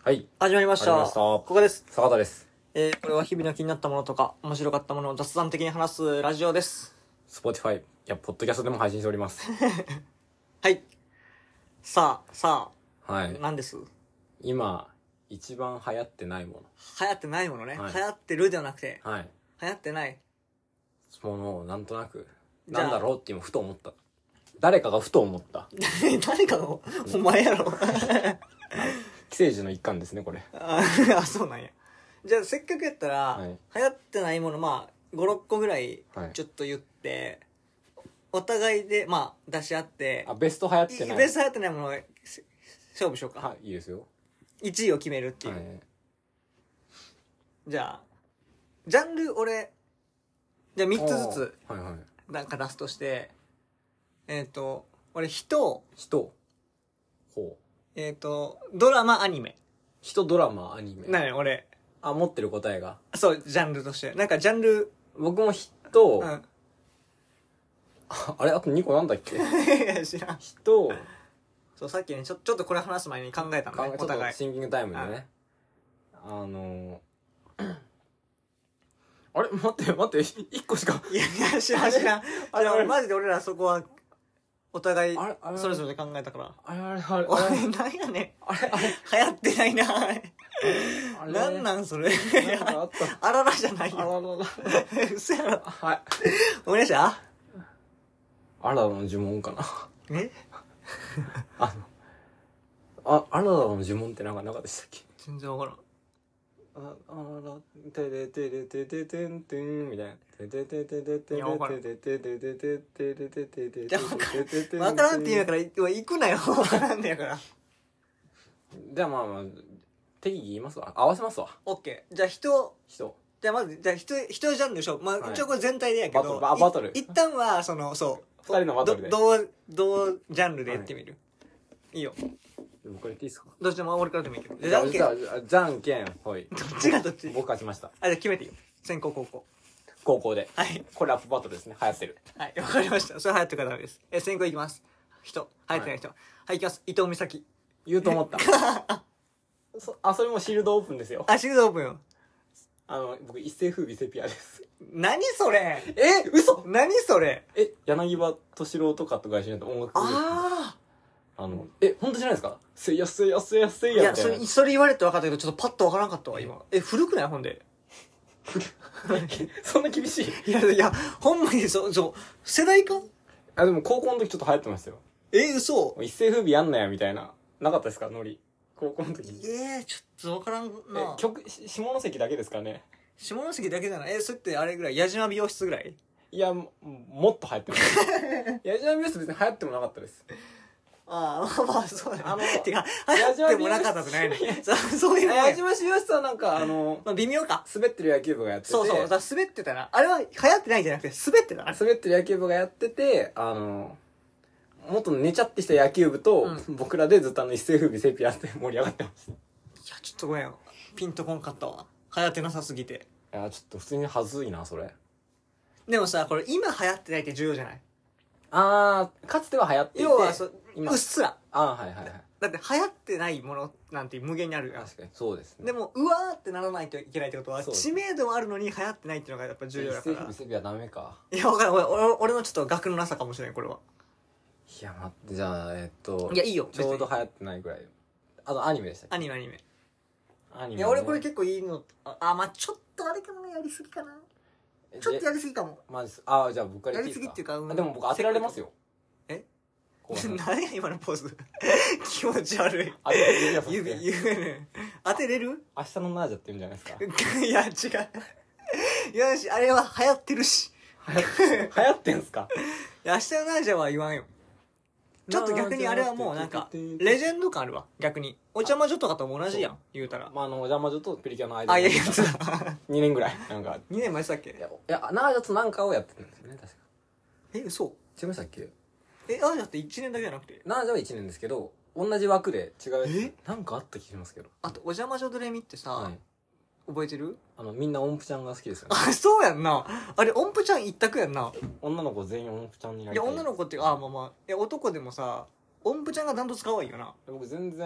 はい。 始まりました。 始まりましたここです。 坂田です。 これは日々の気になったものとか、面白かったものを雑談的に話すラジオです。 Spotify、ポッドキャストでも配信しております。 はい。さあ、 はい。 何です？ 今、一番流行ってないも流行ってないものね。 はい流行ってるではなくて、 の。はい。 流行ってない。 ものをなんとなく、 じゃあなんだろうって今ふと思った。誰かがふと思った。 誰かの、お前やろ。 寄生児の一環ですね、これ。 そうなんや。じゃあせっかくやったら、 はい流行ってないもの、まあ、5、6個ぐらいはい、 ちょっと言って、お互いで、まあ、出し合って、 ベスト流行ってない。 ベスト流行ってないものを勝負しようか。 はい、いいですよ。 1位を決めるっていう。 はい。 じゃあ、ジャンルじゃあ3つずつ、 はいはい。 なんか出すとして、俺人、 人。ほう。 ドラマ、アニメ。 人、ドラマ、アニメ。 俺。 持ってる答えが。 そう、ジャンルとして。なんかジャンル、 僕も人、 うん。 あれあと2個なんだっけ？ いや、知らん。 人、 そう、さっきね、ちょっとこれ話す前に考えたのね、 ちょっとお互い。 シンキングタイムでね。あれ待って、1個しか。 いや、知らん。俺マジで俺らそこは、お互いあれ、 それぞれ考えたから。 あれ、 俺、なんやねん。流行ってないな。なんなんそれ。 なんかあった。 あららじゃないよ。 あらら。 嘘やろ。 はい。 思い出した？ あららの呪文かな。 え？ あららの呪文ってなんかなかったでしたっけ？ 全然わからん。 あらら、てれてれてててんてんみたいな。てててててててててててててててじゃあわからんって言うんやから、行くなよ。わからんねやから。 じゃあまあ、適宜言いますわ。合わせますわ。 オッケー。じゃあ人。 人。 じゃあまず、人ジャンルでしょ。まあ、一応これ全体でやけど。 バトル。 一旦は、そう。 二人のバトルで。 同ジャンルでやってみる。いいよ。 僕から言っていいですか？ どっちでも俺からでもいいけど。 じゃんけん、ほい。 どっちがどっち？ 僕勝ちました。 じゃあ決めていいよ。先攻後攻。 高校で。 はい。 これラップバトルですね。流行ってる。 はい、わかりました。それ流行ってる方ダメです。先攻いきます。人。流行ってない人。はい、いきます。伊藤美咲。 言うと思った。それもシールドオープンですよ。 シールドオープンよ。 僕、一世風靡セピアです。 何それ？ 嘘？ 何それ？ 柳葉敏郎とかと外心だと音楽グループ。本当じゃないですか？せいやみたいな。 いや、それ言われて分かったけど、ちょっとパッと分からんかったわ、今。古くない？ほんで。 そんな厳しい？ いや、ほんまに、世代か？ でも高校の時ちょっと流行ってましたよ。 嘘？ 一世風靡やんなや、みたいな。なかったですか？ノリ。高校の時。 ちょっと分からんな。 下関だけですかね？ 下関だけじゃない？それってあれぐらい？矢島美容室ぐらい？ いや、もっと流行ってます。矢島美容室別に流行ってもなかったです。 まあ、そうだね。てか、 矢島流行ってもなかったってないね。そういうの。 矢島美容室はなんかまあ微妙か。 滑ってる野球部がやってて。 そう。滑ってたな。あれは流行ってないんじゃなくて、滑ってたな。 滑ってる野球部がやってて、もっと寝ちゃってきた野球部と、僕らでずっと一世風靡セピアって盛り上がってます。 いや、ちょっとごめんよ。ピンとこんかったわ。流行ってなさすぎて。 いや、ちょっと普通にはずいな、それ。 でもさ、これ今流行ってないって重要じゃない？ かつては流行っていて。 要はうっすら。 はい。 だって流行ってないものなんて無限にあるやん。 確かに、そうですね。 でも、うわーってならないといけないってことは、 そう知名度はあるのに流行ってないっていうのがやっぱ重要だから。 一世風靡セピアダメか。 いや、わかんない。俺のちょっと学のなさかもしれない、これは。 いや、待って、じゃあ、 いや、いいよ。 ちょうど流行ってないぐらい。アニメでしたっけ？ アニメ。 アニメ、ね。 いや、俺これ結構いいの。まあちょっとあれかな、やりすぎかな。ちょっとやりすぎかも。 マジです。じゃあ僕からやりすぎっていうか、 でも僕当てられますよ。 何や今のポーズ。気持ち悪い。指当てれる？ 明日のナージャって言うんじゃないですか？ いや、違う。よし、あれは流行ってるし。 流行ってんすか？ いや、明日のナージャは言わんよ。ちょっと逆にあれはもうなんか、レジェンド感あるわ、逆に。お茶魔女とかとも同じやん、言うたら。 お邪魔女とプリキュアの間。 いや、 2年ぐらい。なんか。 2年前したっけ？ いや、ナージャとなんかをやってるんですよね、確か。 嘘？ 違いましたっけ？ ナージャって1年だけじゃなくて？ ナージャは1年ですけど、同じ枠で違う。なんかあった気がしますけど。 あと、お邪魔女ドレミってさ、覚えてる？ みんな音符ちゃんが好きですよね。 そうやんな。あれ、音符ちゃん一択やんな。 女の子全員音符ちゃんになりたい。 いや、女の子って、まあ。男でもさ、音符ちゃんがダントツ可愛いよな。 僕全然、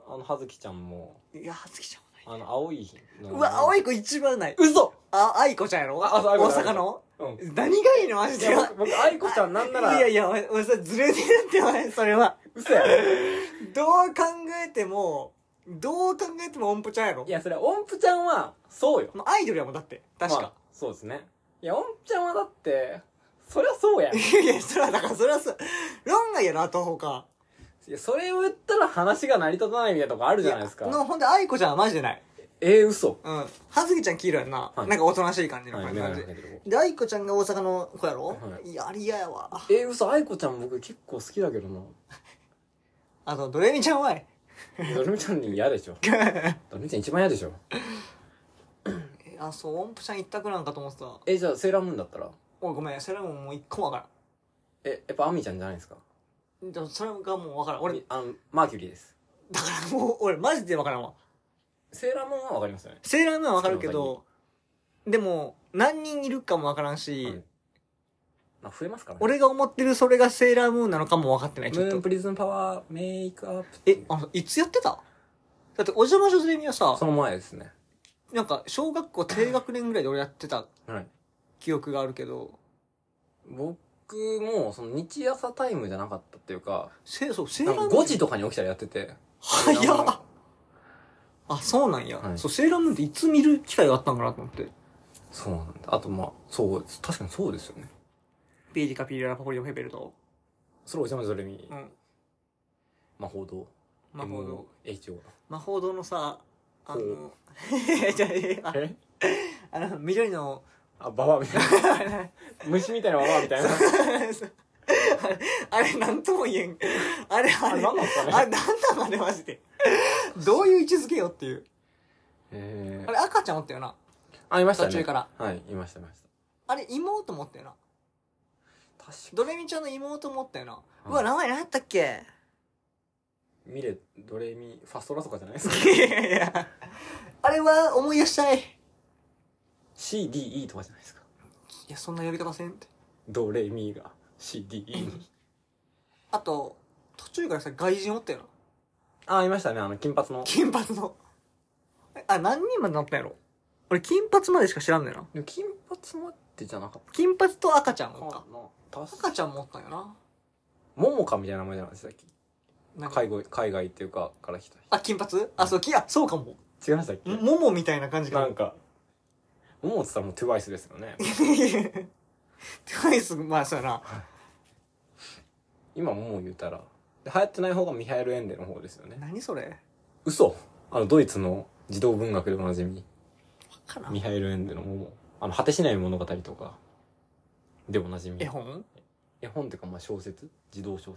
葉月ちゃんもいや葉月ちゃんもない青いのうわ青い子一番ない嘘愛子ちゃんやろそう大阪のうん何がいいのマジで僕愛子ちゃんなんならいやいや俺さずれてるってお前それは嘘やどう考えても音符ちゃんやろいやそれ音符ちゃんはそうよまあアイドルやもんだって確か、 まあそうですねいや音符ちゃんはだってそりゃそうやんいいやそれはだからそれはさ論外やなと他やそれを言ったら話が成り立たないみたいなとこあるじゃないですかのほんで愛子ちゃんはマジでない嘘うん葉月ちゃん黄色やんな、 はいなんかおとなしい感じのはい感じ、 メガネかけてるで愛子ちゃんが大阪の子やろ、 はいいやあれ嫌やわ嘘愛子ちゃん僕結構好きだけどなあとドレミちゃんはドルミちゃんに嫌でしょドルミちゃん一番嫌でしょあそう音符ちゃん一択なんかと思ってたじゃあセーラームーンだったらおいごめんそれはもう一個もわかやっぱアミちゃんじゃないですからんでもそれがもうわからん俺マーキュリーですだからもう俺マジでわからんわセーラームーンはわかりますよねセーラームーンはわかるけどでも何人いるかもわからんし、 はいまあ増えますからね俺が思ってるそれがセーラームーンなのかも分かってないちょっとムーンプリズンパワーメイクアップいつやってただってお邪魔女ドレミはさその前ですねなんか小学校低学年ぐらいで俺やってたはい記憶があるけど僕もその日朝タイムじゃなかったっていうかそうセーなんかラームーン 5時とかに起きたらやってて早っあそうなんや、 はいそうセーラームーンっていつ見る機会があったんかなと思ってそうなんだあとまあそうです確かにそうですよねピーリカピーララパポリオフェベルトそれお邪魔女ドレミうん魔法堂魔法堂 MHO 魔法堂のさほうじゃあえ緑のババアみたいな虫みたいなババアみたいなあれなんとも言えんあれ何なんですかねあれなんなのあれマジでどういう位置づけよっていうあれ赤ちゃんおったよないましたね途中からはいいましたあれ妹もおったよな確かドレミちゃんの妹もおったよな、 いうわ名前何やったっけミレドレミファストラとかじゃないですかいやいやあれは思い出したい CDE とかじゃないですかいやそんな呼び方せんってドレミが CDE にあと途中からさ外人おったよないましたね金髪の金髪の何人までなったんやろ俺金髪までしか知らんのよなでも金髪までじゃなかっ金髪と赤ちゃんおったたかな赤ちゃんもおったんよなモモカみたいな名前じゃないですかなんか海外っていうかから来た金髪そうかも人違いましたっけモモみたいな感じかもなんかモモって言ったらもうトゥワイスですよねトゥワイスまあそうやな今モモ言うたらで流行ってない方がミハエル・エンデの方ですよね何それ嘘ドイツの児童文学でおなじみわからんミハエル・エンデのモモ果てしない物語とかでおなじみ絵本絵本っていうかまあ小説児童小説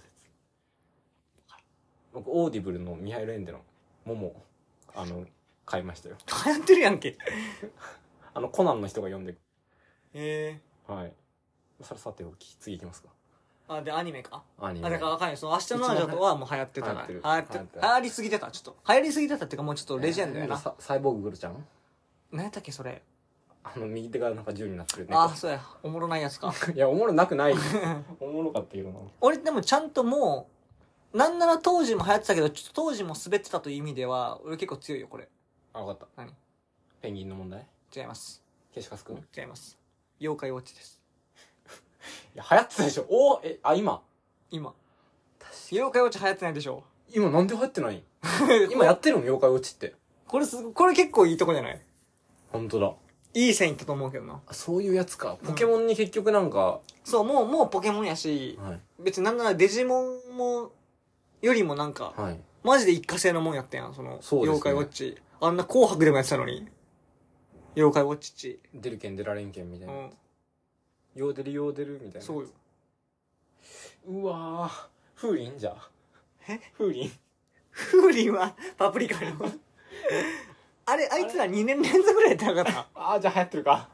僕オーディブルのミハエル・エンデのモモ買いましたよ流行ってるやんけコナンの人が読んではいさておき次いきますかでアニメかアニメだからわかんないその明日のナージャとはもう流行ってたから流流行ってる行りすぎてたちょっと流行りすぎてたっていうかもうちょっとレジェンドやなサイボーググルちゃん何やったっけそれ右手がなんか銃になってるねそうやおもろないやつかいやおもろなくないおもろかったけどな俺でもちゃんともうなんなら当時も流行ってたけどちょっと当時も滑ってたという意味では俺結構強いよこれ分かった何ペンギンの問題違いますケシカスくんい違います妖怪ウォッチですや流行ってたでしょ今妖怪ウォッチ流行ってないでしょ今なんで流行ってない今やってるの妖怪ウォッチってこれ結構いいとこじゃない本当だいい線いったと思うけどなそういうやつかポケモンに結局なんか、 そうもうポケモンやし別になんならデジモンもよりもなんかはいマジで一過性のもんやったやんそのそうですね妖怪ウォッチあんな紅白でもやってたのに妖怪ウォッチっち出るけん出られんけんみたいな、 うんヨーデルヨーデルみたいなそうようわー風鈴じゃえ風鈴風鈴はパプリカのあいつら2年連続ぐらいやってなかったじゃあ流行ってるか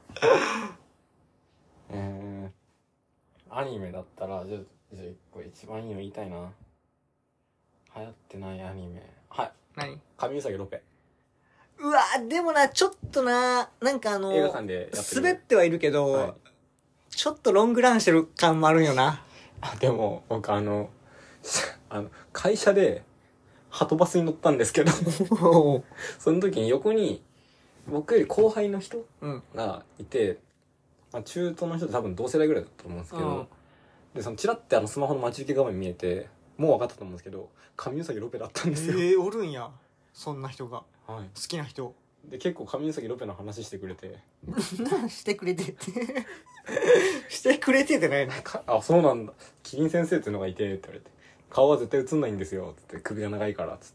アニメだったらじゃあこれ一番いいの言いたいな流行ってないアニメ何神うさぎロペうわでもなちょっとなんか映画館でやってる滑ってはいるけど、 はいちょっとロングランしてる感もあるんよなでも僕会社でハトバスに乗ったんですけどその時に横に僕より後輩の人がいて、まあ、中東の人って多分同世代ぐらいだと思うんですけど、でそのチラってスマホの待ち受け画面見えてもう分かったと思うんですけど、上ウサギロペだったんですよ。 おるんや、そんな人が、好きな人で結構上ウサギロペの話してくれてしてくれてってしてくれてってないのあ、そうなんだ、キリン先生っていうのがいてって言われて、顔は絶対映んないんですよつって首が長いからつって。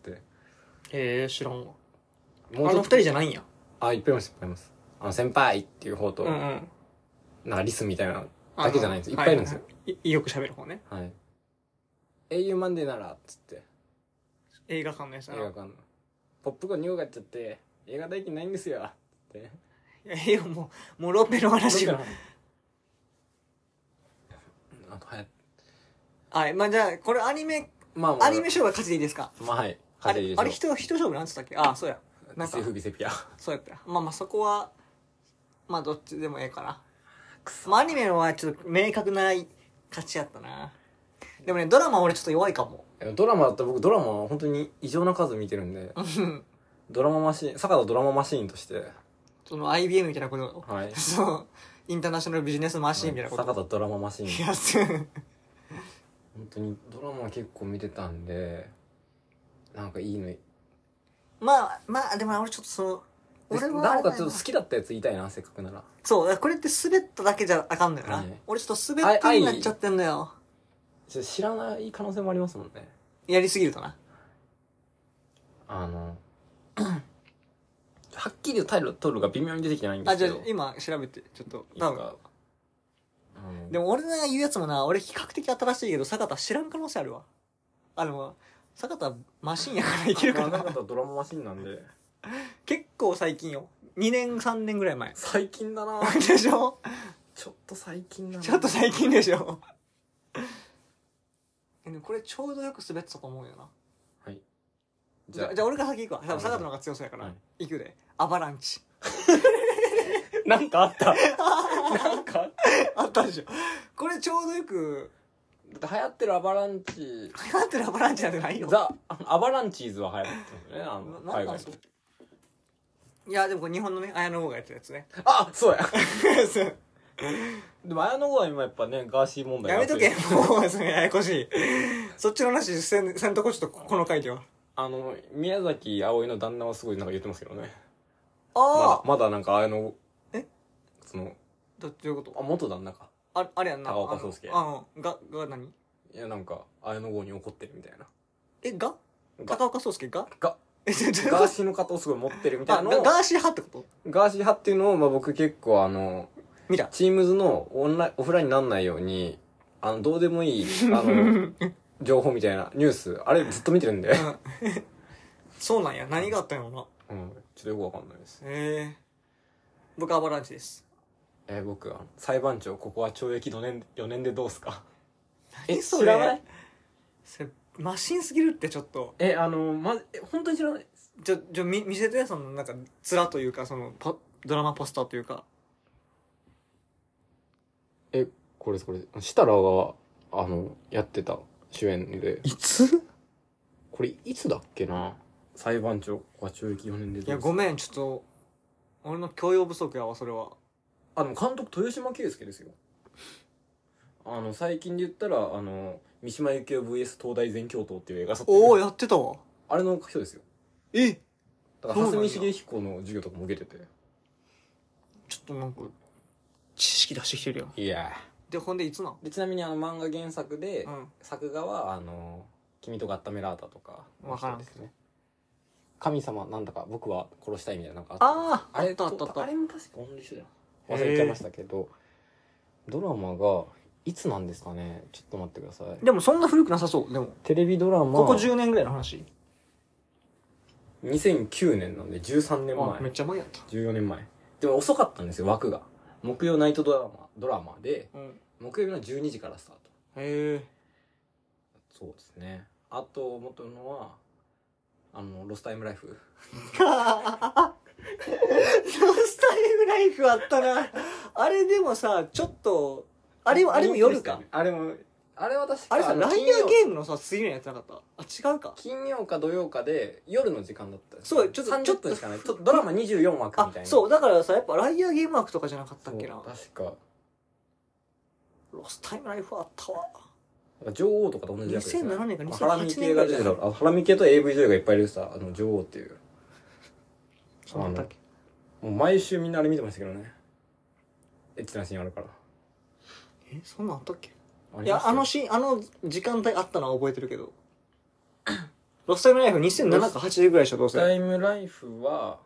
知らんわ。 もう二人じゃないんや。 いっぱいいますいっぱいいます。先輩っていう方と、なんかリスみたいなだけじゃないんですよ、いっぱいいるんですよ。 よく喋る方ね。 はい。英雄マンデーならっつって映画館のやつな。 映画館のポップコーン2個買っちゃって映画代金ないんですよっていやもうロペの話があとはい、 はい、まあじゃあこれアニメアニメ勝負は勝ちでいいですか。 まあはいあれ人勝負なんつったっけ。あ、そうや、 なんかセピアそうやった。まあそこはまあどっちでもええかな。まあアニメのはちょっと明確な勝ちやったな。でもねドラマ俺ちょっと弱いかも。 ドラマだったら僕ドラマは本当に異常な数見てるんでドラママシーン、坂田ドラママシーンとしてその IBM みたいなこと、 はい、 そうインターナショナルビジネスマシーンみたいなこと、 坂田ドラママシーン、 いや本当にドラマは結構見てたんで、なんかいいのまあでも俺ちょっと俺はなんかちょっと好きだったやつ言いたいな、せっかくなら。 そうこれって滑っただけじゃあかんのよな、俺ちょっと滑ってになっちゃってんのよ。 知らない可能性もありますもんね、 やりすぎるとな。 はっきりタイトルが微妙に出てきてないんですけど。 じゃあ今調べてちょっと多分でも俺が言うやつもな、俺比較的新しいけど坂田知らん可能性あるわ。でも坂田マシンやからいけるかな。 坂田ドラママシンなんで結構最近よ、2年3年ぐらい前。 最近だなでしょ。 ちょっと最近だな。 ちょっと最近でしょこれちょうどよく滑ってたと思うよな。 はい。 じゃあ俺が先行くわ。多分坂田の方が強そうやから、行くで。アバランチなんかあったなんかあったでしょ。これちょうどよくだって流行ってるアバランチ、 流行ってるアバランチなんてないよ。 アバランチーズは流行ってるね、海外の。 いやでもこれ日本のね綾野剛がやってるやつね。 あ、そうやでも綾野剛は今やっぱねガーシー問題やめとけもうそれややこしいそっちの話せんとこちょっとこの回では宮崎あおいの旦那はすごいなんか言ってますけどね。まだなんか綾野そのどういうこと。 元旦那か。 あれやんな、 高岡壮介が何。 いやなんか綾野剛に怒ってるみたいな。 高岡壮介ガーシーの方をすごい持ってるみたいなのをガーシー派ってこと。 ガーシー派っていうのを、僕結構見た。 チームズのオフラインになんないようにどうでもいい情報みたいなニュースあれずっと見てるんで、 そうなんや。何があったんやろな。 ちょっとよくわかんないです。 僕アバランチです。 僕裁判長ここは懲役4年でどうすか。 それ知らない。 それマシンすぎるってちょっと。 本当に知らない。 見せて、そのなんか面というか、そのドラマポスターというか。 これ設楽がやってた主演で。 いつこれいつだっけな。裁判長は懲役4年でどうすか。 いやごめん、ちょっと俺の教養不足やわそれは。 でも監督豊島圭介ですよ。最近で言ったら三島由紀夫 VS 東大全教頭っていう映画撮ってる。 おお、やってたわ。 あれの人ですよ。だから蓮見茂彦の授業とかも受けてて、 ちょっとなんか知識出してきてるやん。 いやでほんでいつなんで、ちなみに漫画原作で、作画は君とガッタメラータとかわからんですね。神様なんだか僕は殺したいみたいなのがあれあった。 あれも確か同じ人だよ。忘れちゃいましたけど、ドラマがいつなんですかね。ちょっと待ってください。 でもそんな古くなさそう。でもテレビドラマここ10年ぐらいの話。 2009年なんで13年前。 めっちゃ前やった。 14年前。でも遅かったんですよ、枠が。木曜ナイトドラマで、木曜日の12時からスタート。そうですね。あと思ったのはロスタイムライフ。 ロスタイムライフあったな。あれでもさ、ちょっとあれも夜か。 あれもあれは確かあれさ、ライアーゲームのさ、次のやつなかった？あ、違うか。 金曜か土曜かで夜の時間だった。 そう、ちょっと 30分しかない。ドラマ24枠みたいな。 そう、だからさ、やっぱライアーゲーム枠とかじゃなかったっけな。 確か。 ロスタイムライフあったわ。 女王とかと同じやつですね。 2007年かハラミ 2008 系が出てた。ハラミ系と AV 女優がいっぱいいるさ、女王っていう。 そうなんだっけ。 もう毎週みんなあれ見てましたけどね。エッチなシーンあるから。 そんなんあったっけ？ いや、あの時間帯あったのは覚えてるけど。ロスタイムライフ2007か80ぐらいでしょ、どうせ。 ロスタイムライフは、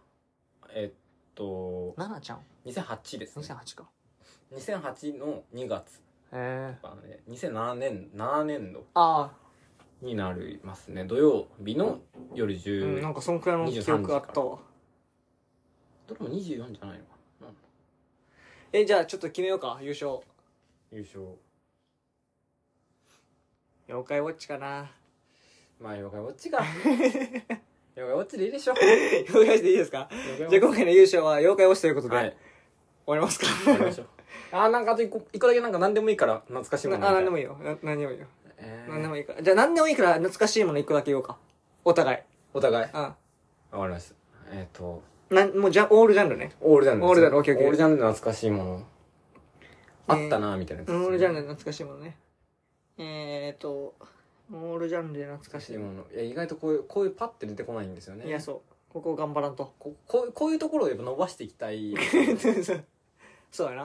7ちゃん 2008ですね。 2008か。 2008の2月。2007年、7年度あになりますね。土曜日の夜10、 なんかそんくらいの記憶あったわ。 どれも24じゃないのかな。じゃあちょっと決めようか、優勝。 優勝。 妖怪ウォッチかな。 まあ妖怪ウォッチか。妖怪ウォッチでいいでしょ。 妖怪ウォッチでいいですか？じゃあ今回の優勝は妖怪ウォッチということで、終わりますか？ 終わりましょう。なんかあと一個だけなんか何でもいいから懐かしいもの。 何でもいいよ。何でもいいよ。何でもいいから。じゃあ何でもいいから懐かしいもの一個だけ言おうか。お互い。 お互い。 うん。 わかりました。 もうオールジャンルね。 オールジャンル。 オールジャンル、オッケーオッケー。 オールジャンルで懐かしいもの。あったなみたいなやつ。 オールジャンルで懐かしいものね。オールジャンルで懐かしいもの。 いや、意外とこういうパッて出てこないんですよね。 いや、そう。ここ頑張らんと。 こういうところをやっぱ伸ばしていきたい。 そうやな。 はい。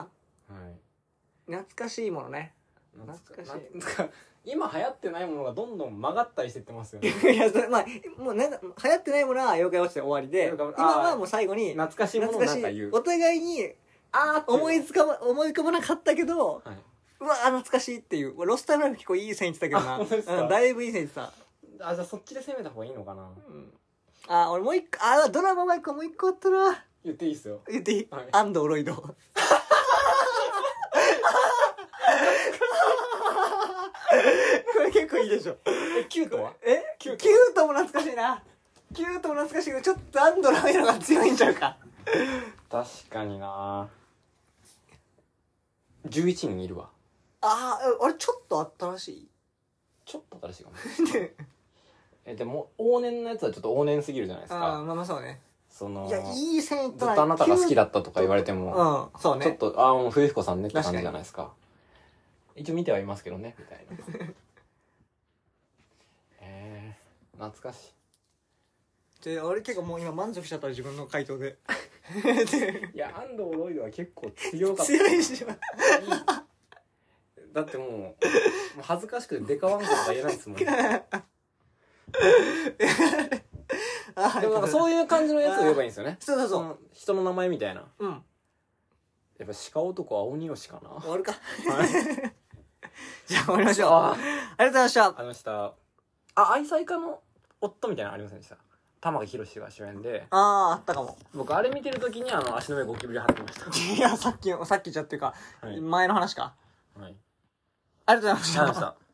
懐かしいものね。懐かしい。 今流行ってないものがどんどん曲がったりしてってますよね。 いや、まあ、もう流行ってないものは妖怪ウォッチで終わりで、今はもう最後に、 懐かしいものをなんか言う。 お互いに、思い浮かばなかったけど、うわ、懐かしいっていう。ロスタイムライフ結構いい線いってたけどな。だいぶいい線いってた。 じゃあそっちで攻めた方がいいのかな。俺もう一個、ドラマもう一個あったな。 言っていいっすよ。 言っていい？安藤ロイド。これ結構いいでしょ。 キュートは？ キュートも懐かしいな。キュートも懐かしいけど、ちょっと安藤ロイドが強いんちゃうか。 確かにな。11人いるわ。 あれちょっと新しい？ ちょっと新しいかも。でも往年のやつはちょっと往年すぎるじゃないですか。 まあそうね。 いや、いい線いったずっとあなたが好きだったとか言われても、 そうね。 ちょっと、もう冬彦さんねって感じじゃないですか。一応見てはいますけどね、みたいな。懐かしい。 俺結構もう今満足しちゃった自分の回答で。 いや、安藤ロイドは結構強かった。 強いし。 だってもう恥ずかしくてデカワンコとか言えないですもん。でもなんかそういう感じのやつを言えばいいんですよね。 そうそう。 人の名前みたいな。 うん。 やっぱ鹿男は鬼吉かな。 終わるか。じゃあ終わりましょう。ありがとうございました。 ありがとうございました。愛妻家の夫みたいなのありませんでした？玉木宏が主演で。 あったかも。 僕あれ見てる時に足の上ゴキブリ貼ってました。 いや、さっきじゃっていうか、前の話か。 はい。 ありがとうございました。 ありがとうございました。